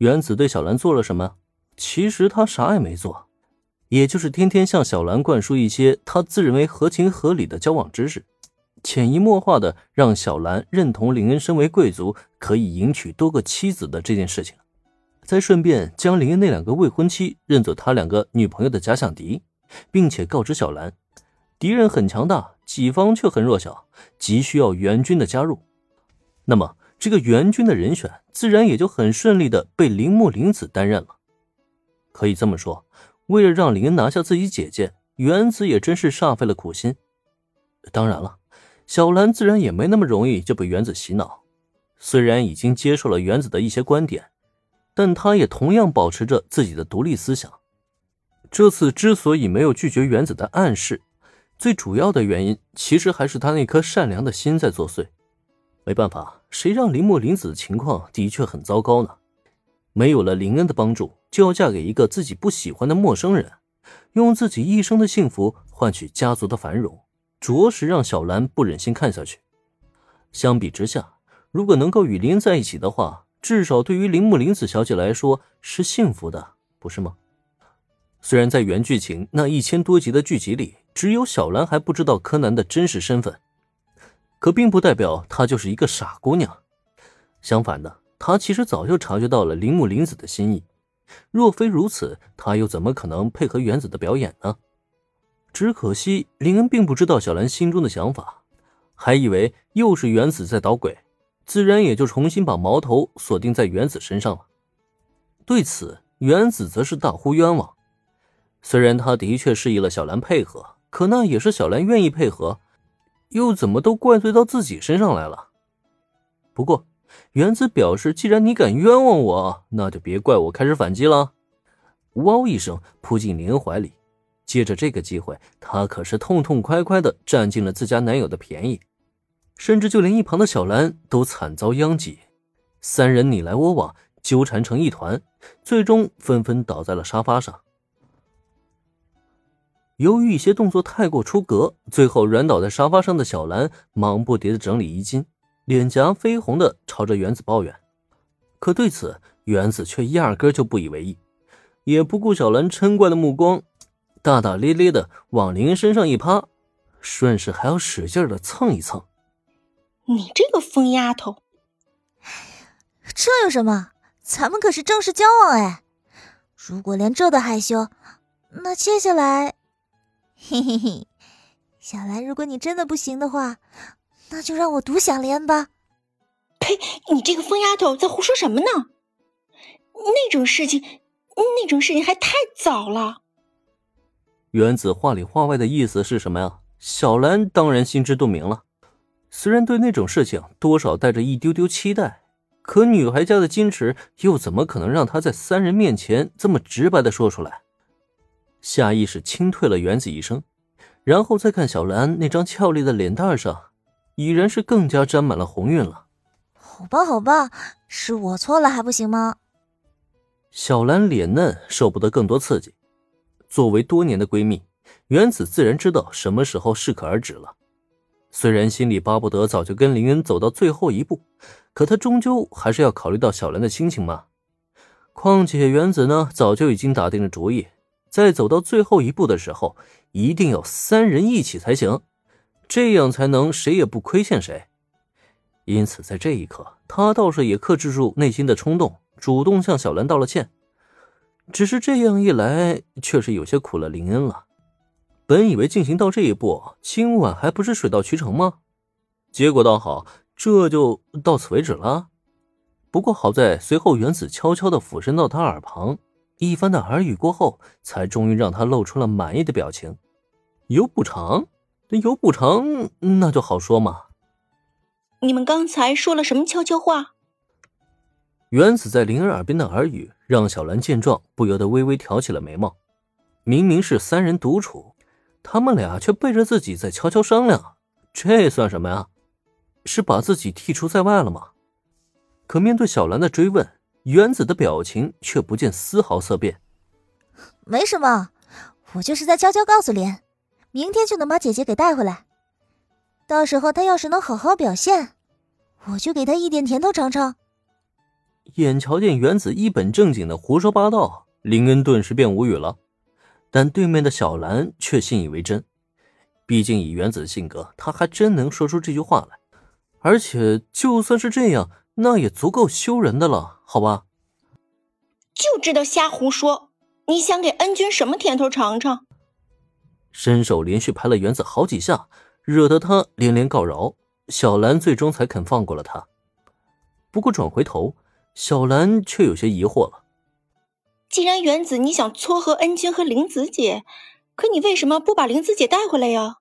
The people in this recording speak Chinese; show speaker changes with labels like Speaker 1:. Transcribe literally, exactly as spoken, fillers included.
Speaker 1: 原子对小兰做了什么？其实他啥也没做，也就是天天向小兰灌输一些他自认为合情合理的交往知识，潜移默化的让小兰认同林恩身为贵族可以迎娶多个妻子的这件事情，再顺便将林恩那两个未婚妻认作他两个女朋友的假想敌，并且告知小兰，敌人很强大，己方却很弱小，急需要援军的加入。那么这个援军的人选自然也就很顺利的被铃木玲子担任了。可以这么说，为了让林恩拿下自己姐姐，原子也真是煞费了苦心。当然了，小兰自然也没那么容易就被原子洗脑，虽然已经接受了原子的一些观点，但她也同样保持着自己的独立思想。这次之所以没有拒绝原子的暗示，最主要的原因其实还是她那颗善良的心在作祟。没办法，谁让铃木玲子的情况的确很糟糕呢？没有了林恩的帮助，就要嫁给一个自己不喜欢的陌生人，用自己一生的幸福换取家族的繁荣，着实让小兰不忍心看下去。相比之下，如果能够与林恩在一起的话，至少对于铃木玲子小姐来说是幸福的，不是吗？虽然在原剧情那一千多集的剧集里，只有小兰还不知道柯南的真实身份，可并不代表她就是一个傻姑娘。相反的，她其实早就察觉到了铃木玲子的心意，若非如此，她又怎么可能配合原子的表演呢？只可惜林恩并不知道小兰心中的想法，还以为又是原子在捣鬼，自然也就重新把矛头锁定在原子身上了。对此，原子则是大呼冤枉。虽然他的确示意了小兰配合，可那也是小兰愿意配合，又怎么都怪罪到自己身上来了。不过原子表示，既然你敢冤枉我，那就别怪我开始反击了。哇一声扑进林恩怀里，借着这个机会，他可是痛痛快快地占尽了自家男友的便宜，甚至就连一旁的小兰都惨遭殃及，三人你来我往，纠缠成一团，最终纷纷倒在了沙发上。由于一些动作太过出格，最后软倒在沙发上的小兰忙不迭地整理衣襟，脸颊绯红地朝着原子抱怨。可对此原子却压根就不以为意，也不顾小兰嗔怪的目光，大大咧咧地往林恩身上一趴，顺势还要使劲地蹭一蹭。
Speaker 2: 你这个疯丫头！
Speaker 3: 这有什么？咱们可是正式交往哎！如果连这都害羞，那接下来……嘿嘿嘿，小兰，如果你真的不行的话，那就让我独享连吧。
Speaker 2: 呸！你这个疯丫头在胡说什么呢？那种事情，那种事情还太早了。
Speaker 1: 原子话里话外的意思是什么呀？小兰当然心知肚明了，虽然对那种事情多少带着一丢丢期待，可女孩家的矜持又怎么可能让她在三人面前这么直白地说出来？下意识轻退了原子一声，然后再看小兰那张俏丽的脸蛋上，已然是更加沾满了红晕了。
Speaker 3: 好吧好吧，是我错了还不行吗？
Speaker 1: 小兰脸嫩，受不得更多刺激。作为多年的闺蜜，原子自然知道什么时候适可而止了。虽然心里巴不得早就跟林恩走到最后一步，可她终究还是要考虑到小兰的心情嘛。况且原子呢，早就已经打定了主意，在走到最后一步的时候，一定要三人一起才行，这样才能谁也不亏欠谁。因此在这一刻，他倒是也克制住内心的冲动，主动向小兰道了歉。只是这样一来，确实有些苦了林恩了。本以为进行到这一步，今晚还不是水到渠成吗？结果倒好，这就到此为止了。不过好在随后原子悄悄地俯身到他耳旁，一番的耳语过后，才终于让他露出了满意的表情。有补偿？有补偿那就好说嘛。
Speaker 2: 你们刚才说了什么悄悄话？
Speaker 1: 原子在林恩耳边的耳语让小兰见状不由得微微挑起了眉毛。明明是三人独处，他们俩却背着自己在悄悄商量，这算什么呀？是把自己剔除在外了吗？可面对小兰的追问，原子的表情却不见丝毫色变。
Speaker 3: 没什么，我就是在悄悄告诉莲，明天就能把姐姐给带回来。到时候她要是能好好表现，我就给她一点甜头尝尝。
Speaker 1: 眼瞧见原子一本正经的胡说八道，林恩顿时便无语了。但对面的小兰却信以为真，毕竟以原子性格，他还真能说出这句话来。而且就算是这样，那也足够羞人的了，好吧？
Speaker 2: 就知道瞎胡说，你想给恩君什么甜头尝尝？
Speaker 1: 伸手连续拍了原子好几下，惹得他连连告饶，小兰最终才肯放过了他。不过转回头，小兰却有些疑惑了。
Speaker 2: 既然原子你想撮合恩君和灵子姐，可你为什么不把灵子姐带回来呀？